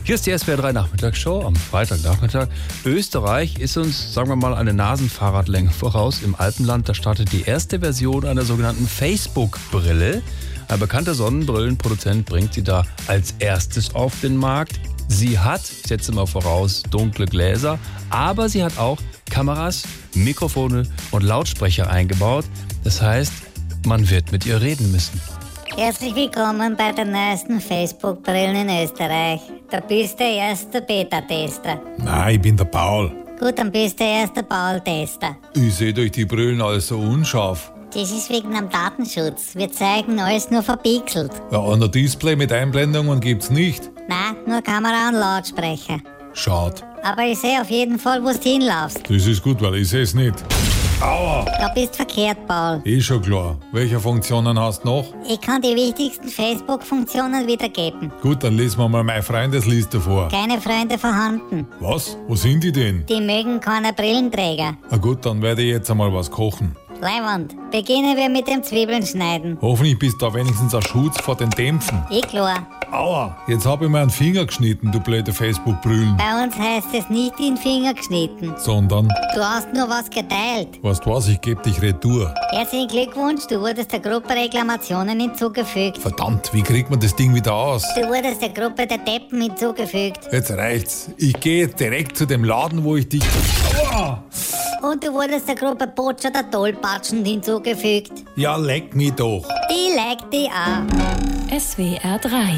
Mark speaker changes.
Speaker 1: Hier ist die SWR 3 Nachmittagsshow am Freitagnachmittag. Österreich ist uns, sagen wir mal, eine Nasenfahrradlänge voraus. Im Alpenland, da startet die erste Version einer sogenannten Facebook-Brille. Ein bekannter Sonnenbrillenproduzent bringt sie da als erstes auf den Markt. Sie hat, ich setze mal voraus, dunkle Gläser, aber sie hat auch Kameras, Mikrofone und Lautsprecher eingebaut. Das heißt, man wird mit ihr reden müssen.
Speaker 2: Herzlich willkommen bei den neuesten Facebook-Brillen in Österreich. Du bist der erste Beta-Tester.
Speaker 3: Nein, ich bin der Paul.
Speaker 2: Gut, dann bist du der erste Paul-Tester.
Speaker 3: Ich sehe durch die Brillen alles so unscharf.
Speaker 2: Das ist wegen dem Datenschutz. Wir zeigen alles nur verpixelt.
Speaker 3: Ja, ein Display mit Einblendungen gibt's nicht.
Speaker 2: Nein, nur Kamera und Lautsprecher.
Speaker 3: Schade.
Speaker 2: Aber ich sehe auf jeden Fall, wo du hinlaufst.
Speaker 3: Das ist gut, weil ich sehe es nicht. Aua!
Speaker 2: Du bist verkehrt, Paul.
Speaker 3: Schon klar. Welche Funktionen hast du noch?
Speaker 2: Ich kann die wichtigsten Facebook-Funktionen wiedergeben.
Speaker 3: Gut, dann lesen wir mal meine Freundesliste vor.
Speaker 2: Keine Freunde vorhanden.
Speaker 3: Was? Wo sind die denn?
Speaker 2: Die mögen keine Brillenträger.
Speaker 3: Na gut, dann werde ich jetzt einmal was kochen.
Speaker 2: Leiwand. Beginnen wir mit dem Zwiebeln schneiden.
Speaker 3: Hoffentlich bist da wenigstens ein Schutz vor den Dämpfen.
Speaker 2: Klar.
Speaker 3: Aua! Jetzt habe ich mir einen Finger geschnitten, du blöde Facebook-Brüllen.
Speaker 2: Bei uns heißt es nicht in den Finger geschnitten.
Speaker 3: Sondern,
Speaker 2: Du hast nur was geteilt.
Speaker 3: weißt du was, ich gebe dich retour.
Speaker 2: Herzlichen Glückwunsch, du wurdest der Gruppe Reklamationen hinzugefügt.
Speaker 3: Verdammt, wie kriegt man das Ding wieder aus?
Speaker 2: Du wurdest der Gruppe der Deppen hinzugefügt.
Speaker 3: Jetzt reicht's. Ich gehe jetzt direkt zu dem Laden, wo ich dich... Aua!
Speaker 2: Und du wurdest der Gruppe Potscher der Tollpatschen hinzugefügt.
Speaker 3: Ja, leck mich doch.
Speaker 2: Die leckt die auch.
Speaker 4: SWR 3